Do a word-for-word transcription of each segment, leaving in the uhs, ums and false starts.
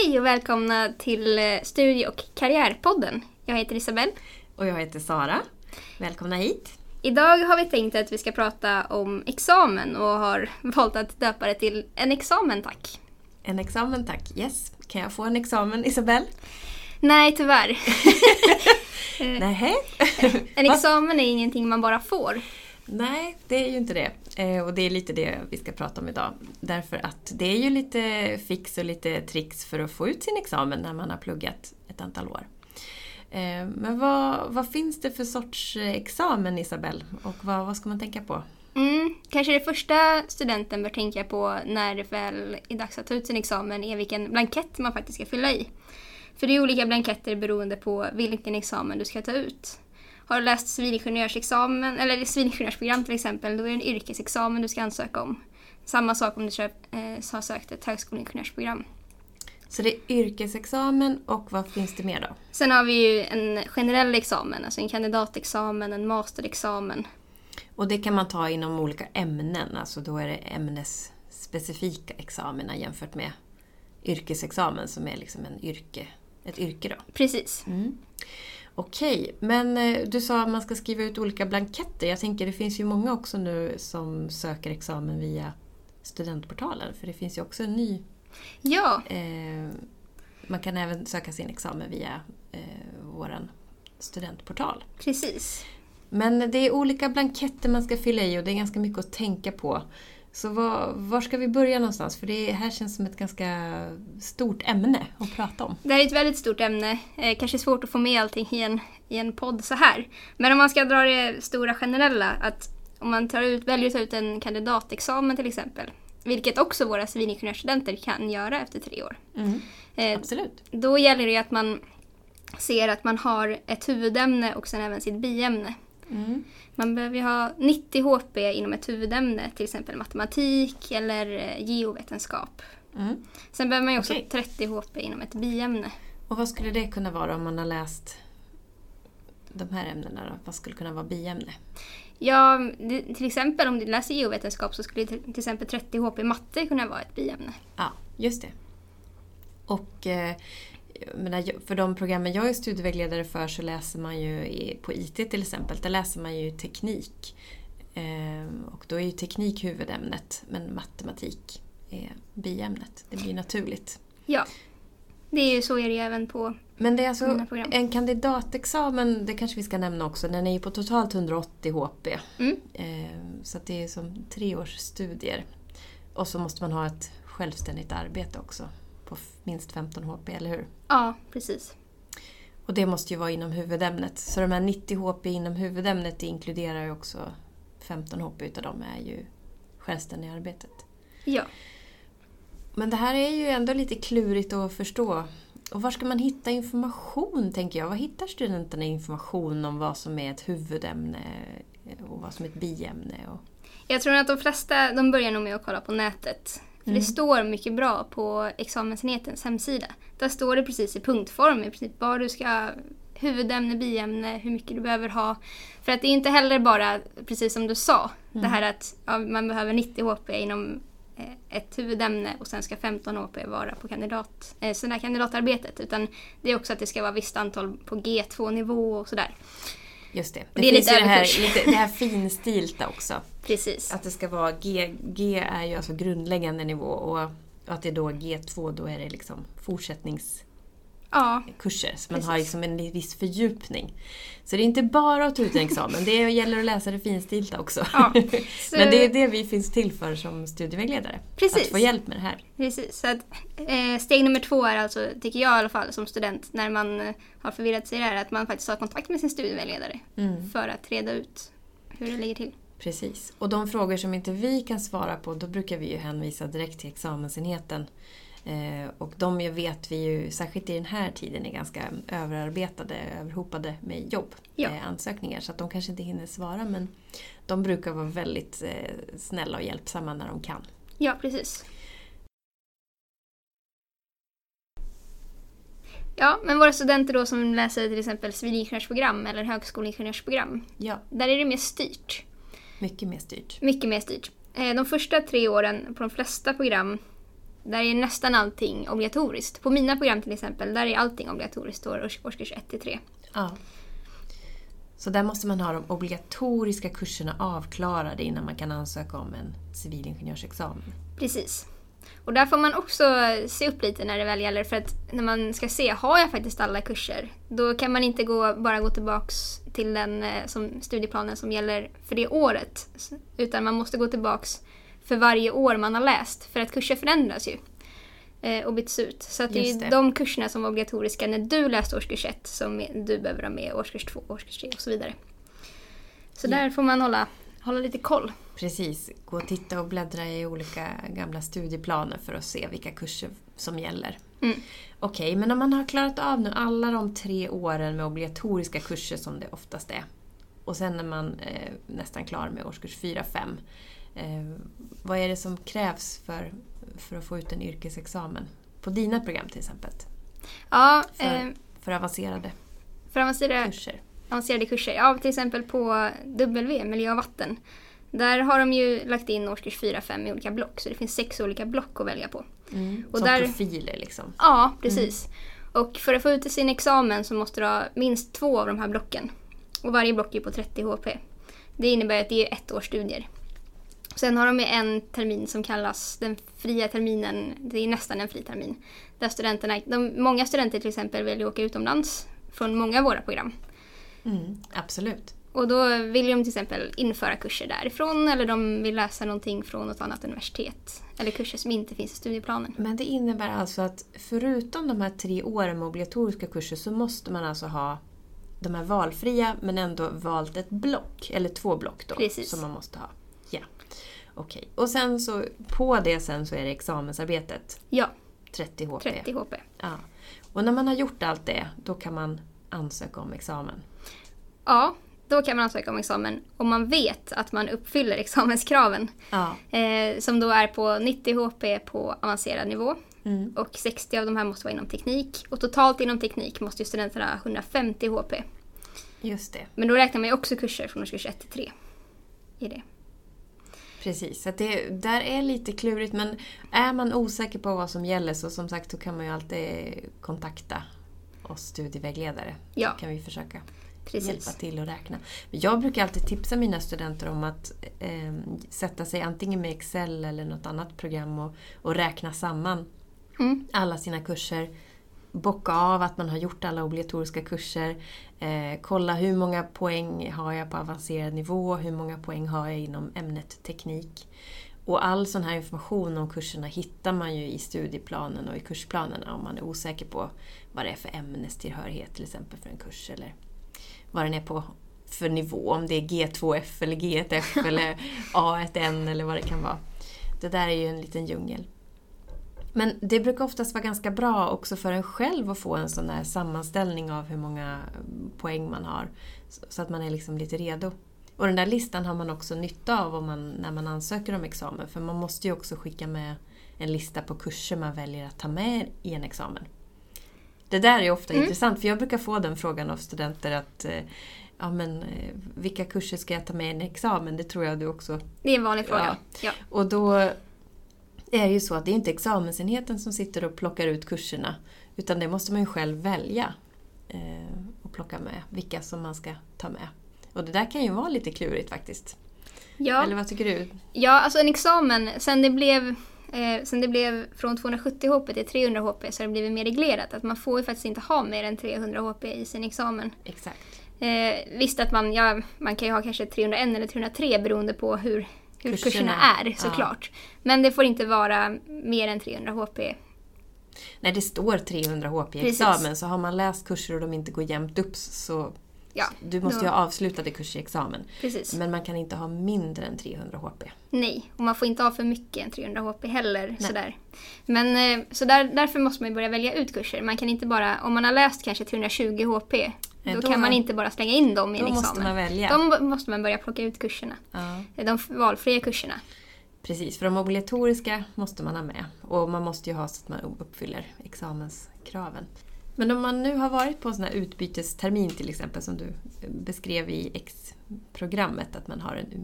Hej och välkomna till Studie- och karriärpodden. Jag heter Isabelle. Och jag heter Sara. Välkomna hit. Idag har vi tänkt att vi ska prata om examen och har valt att döpa det till en examen, tack. En examen, tack. Yes. Kan jag få en examen, Isabelle? Nej, tyvärr. Nej. En examen är ingenting man bara får. Nej, det är ju inte det. Eh, och det är lite det vi ska prata om idag. Därför att det är ju lite fix och lite tricks för att få ut sin examen när man har pluggat ett antal år. Eh, men vad, vad finns det för sorts examen, Isabelle? Och vad, vad ska man tänka på? Mm, kanske det första studenten bör tänka på när det väl är dags att ta ut sin examen är vilken blankett man faktiskt ska fylla i. För det är olika blanketter beroende på vilken examen du ska ta ut. Har du läst civilingenjörsexamen eller civilingenjörsprogram till exempel, då är det en yrkesexamen du ska ansöka om. Samma sak om du köp, eh, har sökt ett högskoleingenjörsprogram. Så det är yrkesexamen och vad finns det mer då? Sen har vi ju en generell examen, alltså en kandidatexamen, en masterexamen. Och det kan man ta inom olika ämnen, alltså då är det ämnesspecifika examina jämfört med yrkesexamen som är liksom en yrke, ett yrke då. Precis. Mm. Okej, men du sa att man ska skriva ut olika blanketter. Jag tänker det finns ju många också nu som söker examen via studentportalen. För det finns ju också en ny... Ja. Eh, man kan även söka sin examen via eh, våran studentportal. Precis. Men det är olika blanketter man ska fylla i och det är ganska mycket att tänka på. Så var, var ska vi börja någonstans? För det här känns som ett ganska stort ämne att prata om. Det här är ett väldigt stort ämne. Eh, kanske svårt att få med allting i en, i en podd så här. Men om man ska dra det stora generella, att om man tar ut, väljer att ta ut en kandidatexamen till exempel, vilket också våra civilingenjörsstudenter kan göra efter tre år. Mm, eh, absolut. Då gäller det att man ser att man har ett huvudämne och sen även sitt biämne. Mm. Man behöver ha nittio H P inom ett huvudämne, till exempel matematik eller geovetenskap. Mm. Sen behöver man ju också okay. trettio H P inom ett biämne. Och vad skulle det kunna vara om man har läst de här ämnena då? Vad skulle kunna vara biämne? Ja, till exempel om du läser geovetenskap så skulle till exempel trettio H P matte kunna vara ett biämne. Ja, just det. Och... Eh, för de programmen jag är studievägledare för så läser man ju på I T till exempel, där läser man ju teknik. Och då är ju teknik huvudämnet, men matematik är biämnet. Det blir naturligt. Ja, det är ju så är det även på Men det är alltså en kandidatexamen, det kanske vi ska nämna också, den är ju på totalt hundraåttio H P. Mm. Så att det är som tre års studier. Och så måste man ha ett självständigt arbete också. På minst femton H P, eller hur? Ja, precis. Och det måste ju vara inom huvudämnet. Så de här nittio H P inom huvudämnet inkluderar ju också femton H P utav dem är ju självständiga arbetet. Ja. Men det här är ju ändå lite klurigt att förstå. Och var ska man hitta information, tänker jag? Var hittar studenterna information om vad som är ett huvudämne och vad som är ett biämne? Och... Jag tror att de flesta de börjar nog med att kolla på nätet. För mm. det står mycket bra på examensenhetens hemsida. Där står det precis i punktform i princip vad du ska, huvudämne, biämne, hur mycket du behöver ha. För att det är inte heller bara, precis som du sa, mm. det här att ja, man behöver nittio H P inom eh, ett huvudämne och sen ska femton H P vara på kandidat, eh, sådär kandidatarbetet. Utan det är också att det ska vara visst antal på G två nivå och sådär. Just det. Det, det är lite det här, lite, det här finstilta också. Precis. Att det ska vara G, G är ju alltså grundläggande nivå och att det är då G två, då är det liksom fortsättningskurser. Ja, så man har liksom en viss fördjupning. Så det är inte bara att ta ut en examen, det gäller att läsa det finstilta också. Ja, så... Men det är det vi finns till för som studievägledare. Precis. Att få hjälp med det här. Precis, så att, eh, steg nummer två är alltså, tycker jag i alla fall som student, när man eh, har förvirrat sig där, att man faktiskt har kontakt med sin studievägledare mm. för att reda ut hur det ligger till. Precis, och de frågor som inte vi kan svara på, då brukar vi ju hänvisa direkt till examensenheten. Eh, och de vet vi ju, särskilt i den här tiden, är ganska överarbetade, överhopade med jobb, ja. eh, ansökningar. Så att de kanske inte hinner svara, men de brukar vara väldigt eh, snälla och hjälpsamma när de kan. Ja, precis. Ja, men våra studenter då som läser till exempel civilingenjörsprogram eller högskoleingenjörsprogram, ja. där är det mer styrt. Mycket mer styrt. Mycket mer styrt. De första tre åren på de flesta program, där är nästan allting obligatoriskt. På mina program till exempel, där är allting obligatoriskt då års- årskurs ett till tre. Ja. Så där måste man ha de obligatoriska kurserna avklarade innan man kan ansöka om en civilingenjörsexamen. Precis. Och där får man också se upp lite när det väl gäller, för att när man ska se, har jag faktiskt alla kurser? Då kan man inte gå, bara gå tillbaks till den eh, som, studieplanen som gäller för det året. Utan man måste gå tillbaks för varje år man har läst, för att kurser förändras ju eh, och byts ut. Så att det Just är det. de kurserna som var obligatoriska när du läste årskurs ett som du behöver ha med årskurs två, årskurs tre och så vidare. Så Ja. där får man hålla, hålla lite koll. Precis, gå och titta och bläddra i olika gamla studieplaner för att se vilka kurser som gäller. Mm. Okej, men om man har klarat av nu alla de tre åren med obligatoriska kurser som det oftast är, och sen är man eh, nästan klar med årskurs fyra fem, eh, vad är det som krävs för, för att få ut en yrkesexamen? På dina program till exempel, Ja, för, eh, för avancerade för avancerade kurser. avancerade kurser. Ja, till exempel på W, miljö och vatten. Där har de ju lagt in årskurs fyra fem i olika block. Så det finns sex olika block att välja på. Mm. Och Som där- profiler liksom. Ja, precis. Och för att få ut sin examen så måste du ha minst två av de här blocken. Och varje block är på trettio H P. Det innebär att det är ett års studier. Sen har de ju en termin som kallas den fria terminen. Det är nästan en fri termin. Där studenterna, de, många studenter till exempel vill åka utomlands från många av våra program. Mm, absolut. Och då vill de till exempel införa kurser därifrån, eller de vill läsa någonting från något annat universitet. Eller kurser som inte finns i studieplanen. Men det innebär alltså att förutom de här tre åren med obligatoriska kurser så måste man alltså ha de här valfria men ändå valt ett block, eller två block då, Precis. som man måste ha. Ja, okej. Och sen så på det sen så är det examensarbetet, Ja, trettio H P. trettio H P. Ja. Och när man har gjort allt det, då kan man ansöka om examen. Ja, då kan man ansöka om examen om man vet att man uppfyller examenskraven. Ja. Eh, som då är på nittio H P på avancerad nivå. Mm. Och sextio av de här måste vara inom teknik. Och totalt inom teknik måste ju studenterna ha hundrafemtio H P. Just det. Men då räknar man ju också kurser från årskurs ett till tre. I det. Precis, så att det där är lite klurigt, men är man osäker på vad som gäller så som sagt så kan man ju alltid kontakta oss studievägledare. Ja. Så kan vi försöka Precis. hjälpa till att räkna. Men jag brukar alltid tipsa mina studenter om att eh, sätta sig antingen med Excel eller något annat program och, och räkna samman Mm. alla sina kurser. Bocka av att man har gjort alla obligatoriska kurser. Eh, kolla hur många poäng har jag på avancerad nivå. Hur många poäng har jag inom ämnet teknik. Och all sån här information om kurserna hittar man ju i studieplanen och i kursplanerna om man är osäker på vad det är för ämnestillhörighet till exempel för en kurs. Eller vad den är på för nivå. Om det är G två F eller G ett F eller A ett N eller vad det kan vara. Det där är ju en liten djungel. Men det brukar oftast vara ganska bra också för en själv att få en sån här sammanställning av hur många poäng man har. Så att man är liksom lite redo. Och den där listan har man också nytta av om man, när man ansöker om examen. För man måste ju också skicka med en lista på kurser man väljer att ta med i en examen. Det där är ofta Mm. intressant, för jag brukar få den frågan av studenter att ja, men, vilka kurser ska jag ta med i en examen? Det tror jag du också. Det är en vanlig fråga. Ja. Och då är det ju så att det är inte examensenheten som sitter och plockar ut kurserna, utan det måste man ju själv välja eh, och plocka med vilka som man ska ta med. Och det där kan ju vara lite klurigt faktiskt. Ja. Eller vad tycker du? Ja, alltså en examen, sen det blev, eh, sen det blev från tvåhundrasjuttio H P till trehundra H P så har det blivit mer reglerat. Att man får ju faktiskt inte ha mer än trehundra H P i sin examen. Exakt. Eh, visst att man, ja, man kan ju ha kanske trehundraett eller trehundratre beroende på hur, hur kurserna, Kurserna. är såklart. Men det får inte vara mer än trehundra H P. När det står trehundra H P i Precis. examen så har man läst kurser och de inte går jämnt upp så Ja, du måste då- ju ha avslutade kurser i examen. Precis. Men man kan inte ha mindre än trehundra H P. Nej, och man får inte ha för mycket än trehundra H P heller. Nej. Sådär. Men eh, så där, därför måste man ju börja välja ut kurser. Man kan inte bara, om man har läst kanske trehundratjugo H P, Nej, då, då- kan man inte bara slänga in dem i en Då examen. måste man välja. Då måste man börja plocka ut kurserna. Ja. De valfria kurserna. Precis, för de obligatoriska måste man ha med. Och man måste ju ha så att man uppfyller examenskraven. Men om man nu har varit på en sån här utbytestermin till exempel som du beskrev i X-programmet, att man har en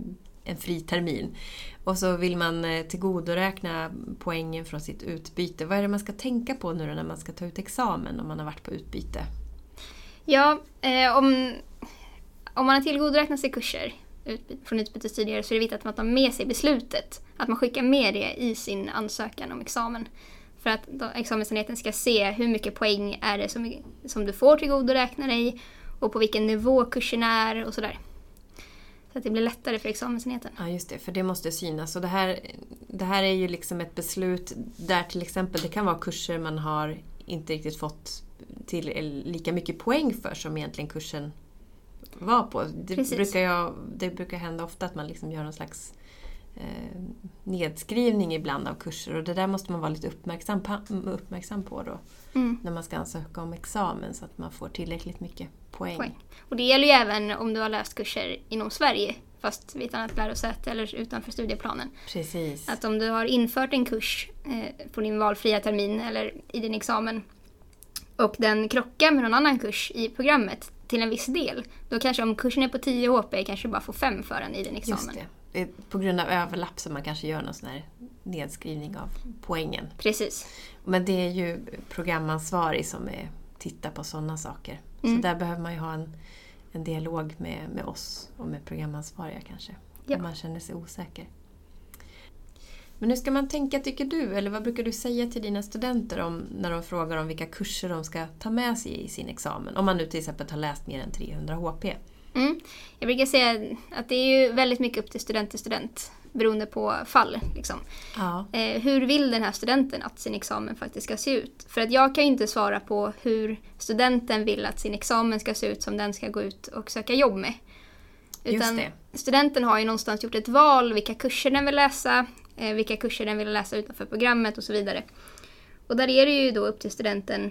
en fri termin. Och så vill man tillgodoräkna poängen från sitt utbyte. Vad är det man ska tänka på nu när man ska ta ut examen om man har varit på utbyte? Ja, eh, om, om man har tillgodoräknat sig kurser ut, från utbyte tidigare så är det viktigt att man tar med sig beslutet. Att man skickar med det i sin ansökan om examen. För att examensenheten ska se hur mycket poäng är det som, som du får tillgodoräkna dig och på vilken nivå kursen är och sådär. Så att det blir lättare för examensenheten. Ja, just det. För det måste synas. Och det här, det här är ju liksom ett beslut där till exempel det kan vara kurser man har inte riktigt fått till lika mycket poäng för som egentligen kursen var på. Det, brukar, jag, det brukar hända ofta att man liksom gör någon slags eh, nedskrivning ibland av kurser. Och det där måste man vara lite uppmärksam på, uppmärksam på då. Mm. När man ska ansöka om examen så att man får tillräckligt mycket poäng. poäng. Och det gäller ju även om du har läst kurser inom Sverige fast vid ett annat lärosäte eller utanför studieplanen. Precis. Att om du har infört en kurs eh, på din valfria termin eller i din examen och den krockar med någon annan kurs i programmet till en viss del, då kanske om kursen är på tio H P kanske du bara får fem för den i din examen. Just det. På grund av överlapp som man kanske gör någon sån här nedskrivning av poängen. Precis. Men det är ju programansvarig som är, tittar på sådana saker. Mm. Så där behöver man ju ha en, en dialog med, med oss och med programansvariga kanske. Ja. Om man känner sig osäker. Men hur ska man tänka, tycker du? Eller vad brukar du säga till dina studenter om, när de frågar om vilka kurser de ska ta med sig i sin examen? Om man nu till exempel har läst mer än trehundra H P. Mm. Jag brukar säga att det är ju väldigt mycket upp till student till student. Beroende på fall. Liksom. Ja. Eh, hur vill den här studenten att sin examen faktiskt ska se ut? För att jag kan ju inte svara på hur studenten vill att sin examen ska se ut som den ska gå ut och söka jobb med. Utan studenten har ju någonstans gjort ett val, vilka kurser den vill läsa, eh, vilka kurser den vill läsa utanför programmet och så vidare. Och där är det ju då upp till studenten,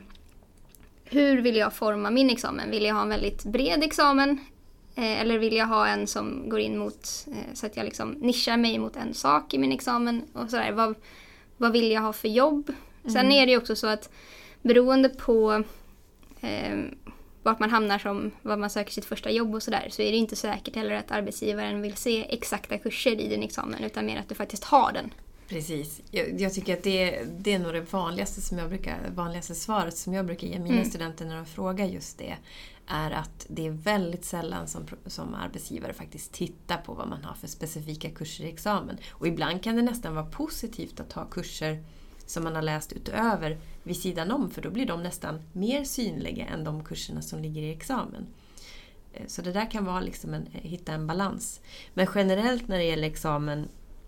hur vill jag forma min examen? Vill jag ha en väldigt bred examen? Eh, eller vill jag ha en som går in mot, eh, så att jag liksom nischar mig mot en sak i min examen? Och sådär. Vad, vad vill jag ha för jobb? Mm. Sen är det ju också så att beroende på eh, vart man hamnar som, vad man söker sitt första jobb och sådär, så är det inte säkert heller att arbetsgivaren vill se exakta kurser i din examen, utan mer att du faktiskt har den. Precis. Jag, jag tycker att det, det är nog det vanligaste, som jag brukar, vanligaste svaret som jag brukar ge mina mm. studenter när de frågar just det, är att det är väldigt sällan som, som arbetsgivare faktiskt tittar på vad man har för specifika kurser i examen. Och ibland kan det nästan vara positivt att ha kurser som man har läst utöver vid sidan om, för då blir de nästan mer synliga än de kurserna som ligger i examen. Så det där kan vara liksom en, hitta en balans. Men generellt när det gäller examen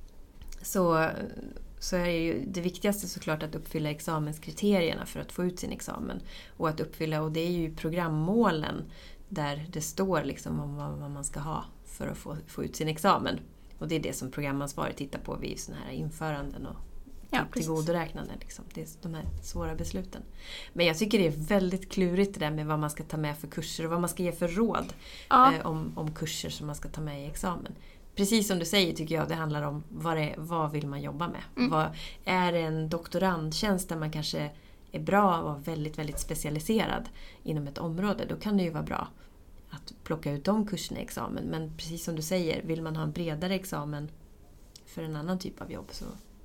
så, så är det ju det viktigaste såklart att uppfylla examenskriterierna för att få ut sin examen. Och att uppfylla, och det är ju programmålen där det står liksom om vad, vad man ska ha för att få, få ut sin examen. Och det är det som programansvarig tittar på vid såna här införanden och ja, tillgodoräknande. Liksom. Det är de här svåra besluten. Men jag tycker det är väldigt klurigt det där med vad man ska ta med för kurser och vad man ska ge för råd ja. eh, om, om kurser som man ska ta med i examen. Precis som du säger tycker jag det handlar om vad, det, vad vill man jobba med. Mm. Vad, är det en doktorandtjänst där man kanske är bra och väldigt, väldigt specialiserad inom ett område, då kan det ju vara bra att plocka ut de kurserna i examen. Men precis som du säger, vill man ha en bredare examen för en annan typ av jobb så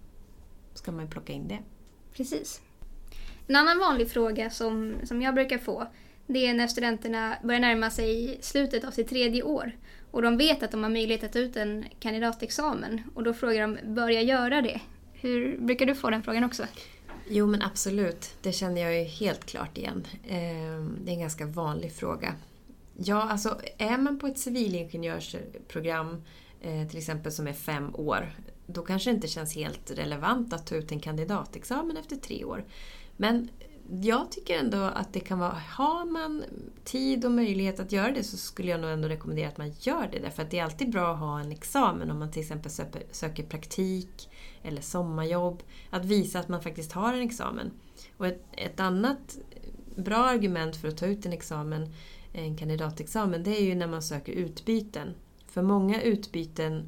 ska man ju plocka in det. Precis. En annan vanlig fråga som, som jag brukar få, det är när studenterna börjar närma sig slutet av sitt tredje år och de vet att de har möjlighet att ta ut en kandidatexamen och då frågar de, bör jag göra det? Hur brukar du få den frågan också? Jo men absolut, det känner jag ju helt klart igen. Det är en ganska vanlig fråga. Ja, alltså är man på ett civilingenjörsprogram till exempel som är fem år, då kanske det inte känns helt relevant att ta ut en kandidatexamen efter tre år. Men jag tycker ändå att det kan vara, har man tid och möjlighet att göra det så skulle jag nog ändå rekommendera att man gör det. Därför att det är alltid bra att ha en examen om man till exempel söker praktik eller sommarjobb. Att visa att man faktiskt har en examen. Och ett, ett annat bra argument för att ta ut en examen, en kandidatexamen, det är ju när man söker utbyten. För många utbyten,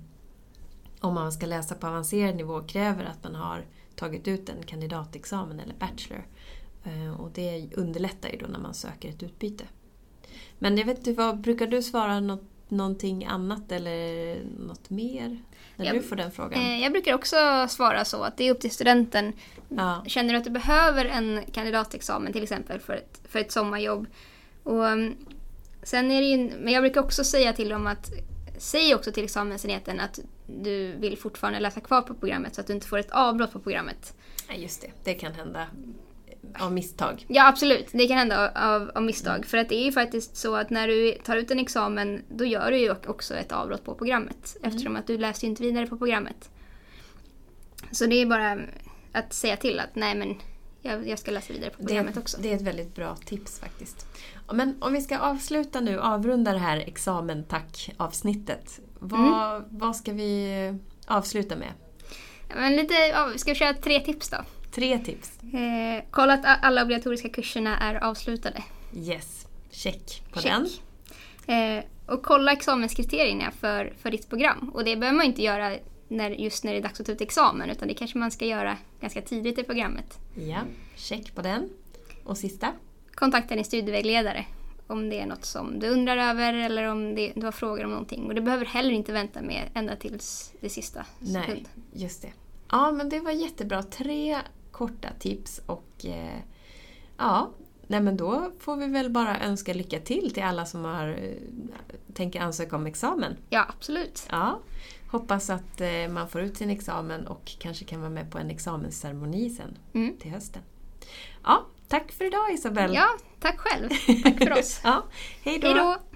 om man ska läsa på avancerad nivå, kräver att man har tagit ut en kandidatexamen eller bachelor. Och det underlättar ju då när man söker ett utbyte. Men jag vet inte, vad brukar du svara något, någonting annat eller något mer? När jag, du får den frågan. Eh, jag brukar också svara så att det är upp till studenten. Ja. Känner du att du behöver en kandidatexamen till exempel för ett, för ett sommarjobb? Och um, sen är det ju, men jag brukar också säga till dem att säg också till examensenheten att du vill fortfarande läsa kvar på programmet så att du inte får ett avbrott på programmet. Ja, just det. Det kan hända av misstag. Ja, absolut. Det kan hända av, av, av misstag. Mm. För att det är ju faktiskt så att när du tar ut en examen då gör du ju också ett avbrott på programmet. Mm. Eftersom att du läser ju inte vidare på programmet. Så det är bara att säga till att nej men jag, jag ska läsa vidare på programmet det, också. Det är ett väldigt bra tips faktiskt. Men om vi ska avsluta nu, avrunda det här examen tack-avsnittet. Vad, mm. vad ska vi avsluta med? Men lite, ja, ska vi köra tre tips då? Tre tips. Eh, kolla att alla obligatoriska kurserna är avslutade. Yes, check på check. den. Eh, och kolla examenskriterierna för, för ditt program. Och det behöver man inte göra när, just när det är dags att ta ut examen. Utan det kanske man ska göra ganska tidigt i programmet. Ja, check på den. Och sista? Kontakta din studievägledare. Om det är något som du undrar över eller om det, du har frågor om någonting. Och du behöver heller inte vänta med ända tills det sista sekund. Nej, just det. Ja, men det var jättebra. Tre korta tips och eh, ja, nej men då får vi väl bara önska lycka till till alla som har eh, tänker ansöka om examen. Ja, absolut. Ja, hoppas att eh, man får ut sin examen och kanske kan vara med på en examensceremoni sen mm. till hösten. Ja, tack för idag Isabelle. Ja, tack själv. Tack för oss. Ja, hej då. Hej då.